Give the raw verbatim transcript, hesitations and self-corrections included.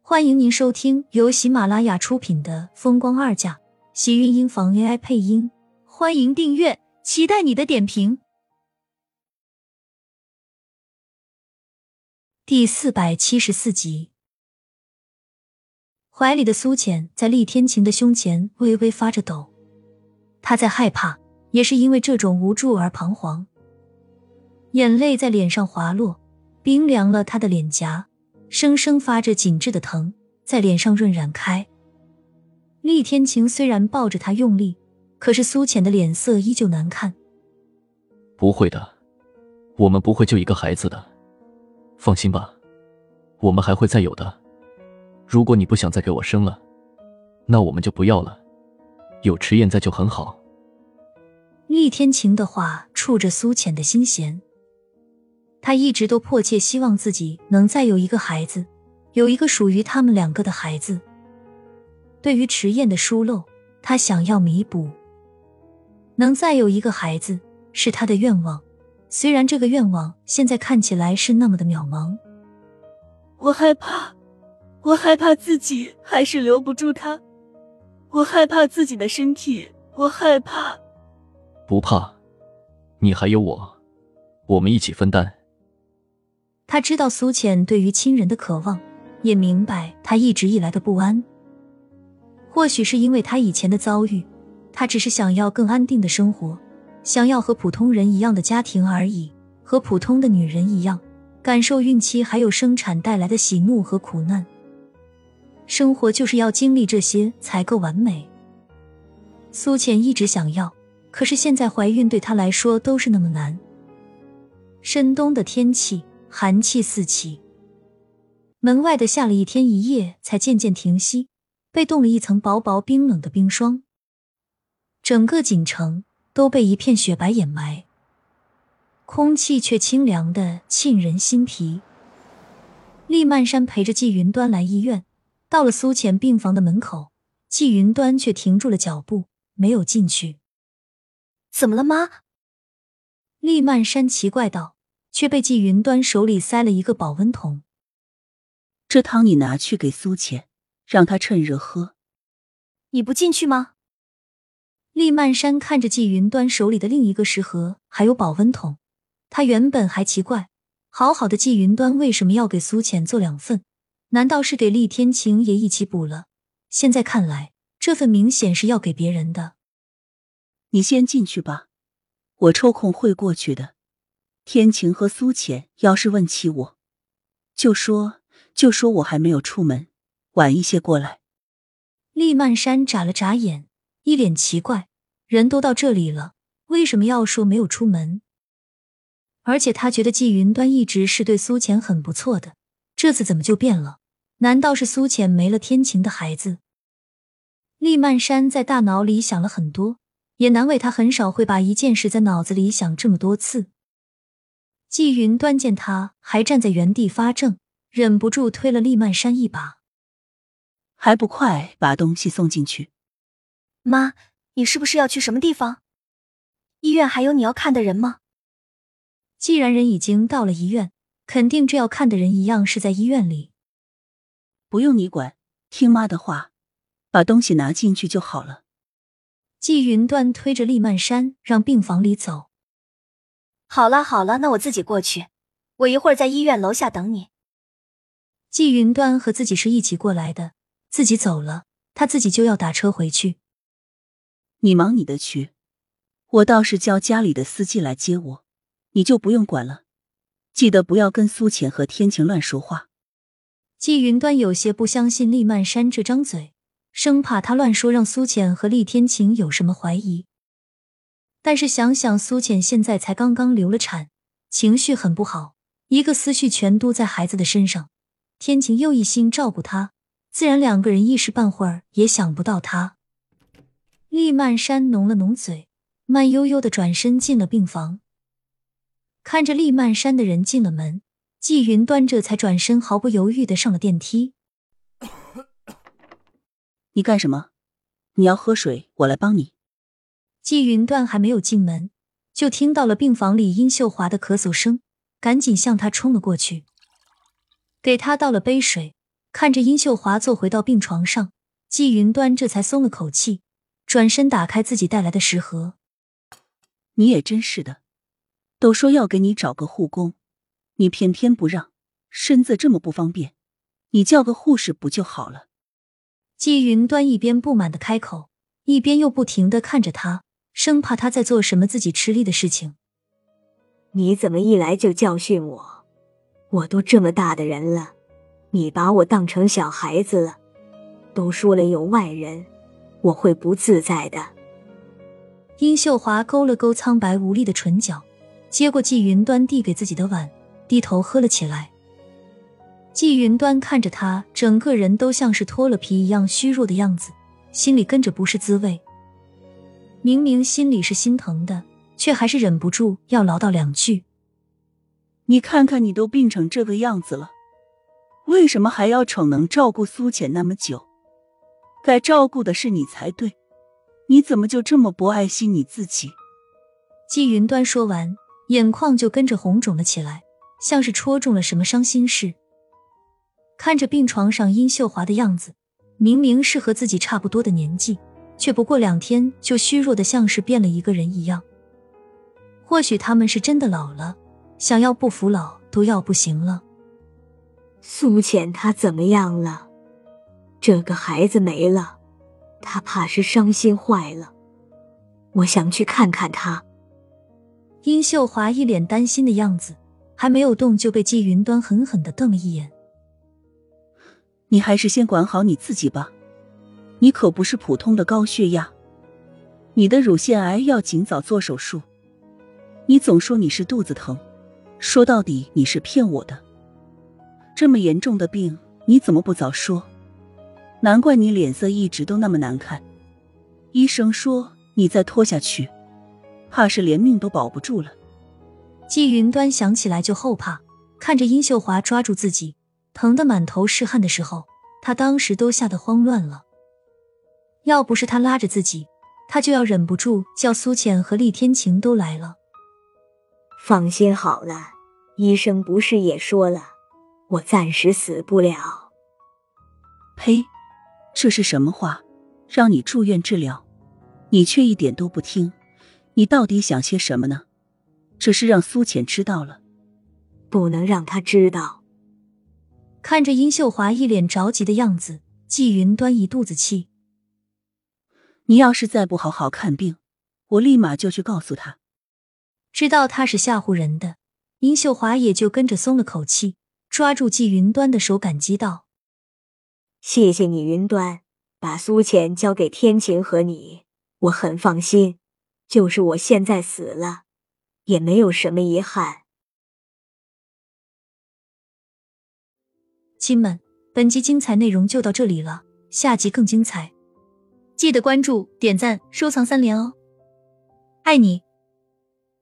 欢迎您收听由喜马拉雅出品的《风光二嫁》，喜运音房 A I 配音。欢迎订阅，期待你的点评。第四百七十四集。怀里的苏浅在厉天晴的胸前微微发着抖，她在害怕，也是因为这种无助而彷徨。眼泪在脸上滑落，冰凉了她的脸颊，生生发着紧致的疼，在脸上润染开。厉天晴虽然抱着她用力，可是苏浅的脸色依旧难看。 不会的，我们不会就一个孩子的，放心吧，我们还会再有的。如果你不想再给我生了，那我们就不要了，有迟燕在就很好。 厉天晴的话触着苏浅的心弦，他一直都迫切希望自己能再有一个孩子，有一个属于他们两个的孩子。对于迟燕的疏漏，他想要弥补。能再有一个孩子是他的愿望，虽然这个愿望现在看起来是那么的渺茫。 我害怕，我害怕自己还是留不住他，我害怕自己的身体，我害怕。 不怕，你还有我，我们一起分担。 他知道苏浅对于亲人的渴望，也明白他一直以来的不安。或许是因为他以前的遭遇，他只是想要更安定的生活，想要和普通人一样的家庭而已，和普通的女人一样，感受孕期还有生产带来的喜怒和苦难。生活就是要经历这些才够完美。苏浅一直想要，可是现在怀孕对她来说都是那么难。深冬的天气，寒气四起，门外的下了一天一夜才渐渐停息，被冻了一层薄薄冰冷的冰霜。整个锦城都被一片雪白掩埋，空气却清凉的沁人心脾。厉曼山陪着季云端来医院，到了苏浅病房的门口，季云端却停住了脚步，没有进去。 怎么了妈？ 厉曼山奇怪道，却被季云端手里塞了一个保温桶。 这汤你拿去给苏浅，让她趁热喝。 你不进去吗？ 厉曼山看着季云端手里的另一个食盒还有保温桶，他原本还奇怪，好好的季云端为什么要给苏浅做两份，难道是给厉天晴也一起补了？现在看来，这份明显是要给别人的。 你先进去吧，我抽空会过去的。天晴和苏浅要是问起我，就说就说我还没有出门，晚一些过来。 厉曼山眨了眨眼，一脸奇怪，人都到这里了，为什么要说没有出门？而且他觉得季云端一直是对苏浅很不错的，这次怎么就变了？难道是苏浅没了天晴的孩子？厉曼山在大脑里想了很多，也难为他很少会把一件事在脑子里想这么多次。季云端见他还站在原地发怔，忍不住推了厉曼山一把。 还不快把东西送进去。 妈，你是不是要去什么地方？医院还有你要看的人吗？ 既然人已经到了医院，肯定这要看的人一样是在医院里。 不用你管，听妈的话，把东西拿进去就好了。 季云端推着厉曼山让病房里走。 好了好了，那我自己过去，我一会儿在医院楼下等你。 季云端和自己是一起过来的，自己走了，他自己就要打车回去。 你忙你的去，我倒是叫家里的司机来接我，你就不用管了。记得不要跟苏浅和天晴乱说话。 季云端有些不相信厉曼山这张嘴，生怕他乱说让苏浅和厉天晴有什么怀疑。但是想想苏浅现在才刚刚流了产，情绪很不好，一个思绪全都在孩子的身上，天晴又一心照顾他，自然两个人一时半会儿也想不到他。厉曼山浓了浓嘴，慢悠悠地转身进了病房。看着厉曼山的人进了门，季云端这才转身毫不犹豫地上了电梯。 你干什么？你要喝水，我来帮你。 季云端还没有进门，就听到了病房里殷秀华的咳嗽声，赶紧向他冲了过去，给他倒了杯水， 看着殷秀华坐回到病床上，季云端这才松了口气，转身打开自己带来的食盒。 你也真是的，都说要给你找个护工，你偏偏不让，身子这么不方便，你叫个护士不就好了？ 季云端一边不满地开口，一边又不停地看着他，生怕他在做什么自己吃力的事情。 你怎么一来就教训我？我都这么大的人了，你把我当成小孩子了。都说了有外人，我会不自在的。 殷秀华勾了勾苍白无力的唇角，接过季云端递给自己的碗，低头喝了起来。季云端看着他整个人都像是脱了皮一样虚弱的样子，心里跟着不是滋味。明明心里是心疼的，却还是忍不住要唠叨两句。 你看看你都病成这个样子了，为什么还要逞能照顾苏浅那么久？该照顾的是你才对，你怎么就这么不爱惜你自己？ 季云端说完，眼眶就跟着红肿了起来，像是戳中了什么伤心事。看着病床上殷秀华的样子，明明是和自己差不多的年纪，却不过两天就虚弱的像是变了一个人一样。或许他们是真的老了，想要不服老都要不行了。 苏浅她怎么样了？这个孩子没了，她怕是伤心坏了。我想去看看她。 殷秀华一脸担心的样子，还没有动就被季云端狠狠地瞪了一眼。 你还是先管好你自己吧，你可不是普通的高血压，你的乳腺癌要尽早做手术。你总说你是肚子疼，说到底你是骗我的。这么严重的病，你怎么不早说？难怪你脸色一直都那么难看。医生说你再拖下去，怕是连命都保不住了。 季云端想起来就后怕，看着殷秀华抓住自己，疼得满头是汗的时候，他当时都吓得慌乱了。要不是他拉着自己，他就要忍不住叫苏浅和厉天晴都来了。 放心好了，医生不是也说了，我暂时死不了。 呸，这是什么话？让你住院治疗，你却一点都不听，你到底想些什么呢？这是让苏浅知道了， 不能让他知道。 看着殷秀华一脸着急的样子，季云端一肚子气。 你要是再不好好看病，我立马就去告诉他。 知道他是吓唬人的，殷秀华也就跟着松了口气，抓住季云端的手感激道： 谢谢你云端，把苏浅交给天晴和你，我很放心，就是我现在死了，也没有什么遗憾。 亲们，本集精彩内容就到这里了，下集更精彩，记得关注、点赞、收藏三连哦，爱你。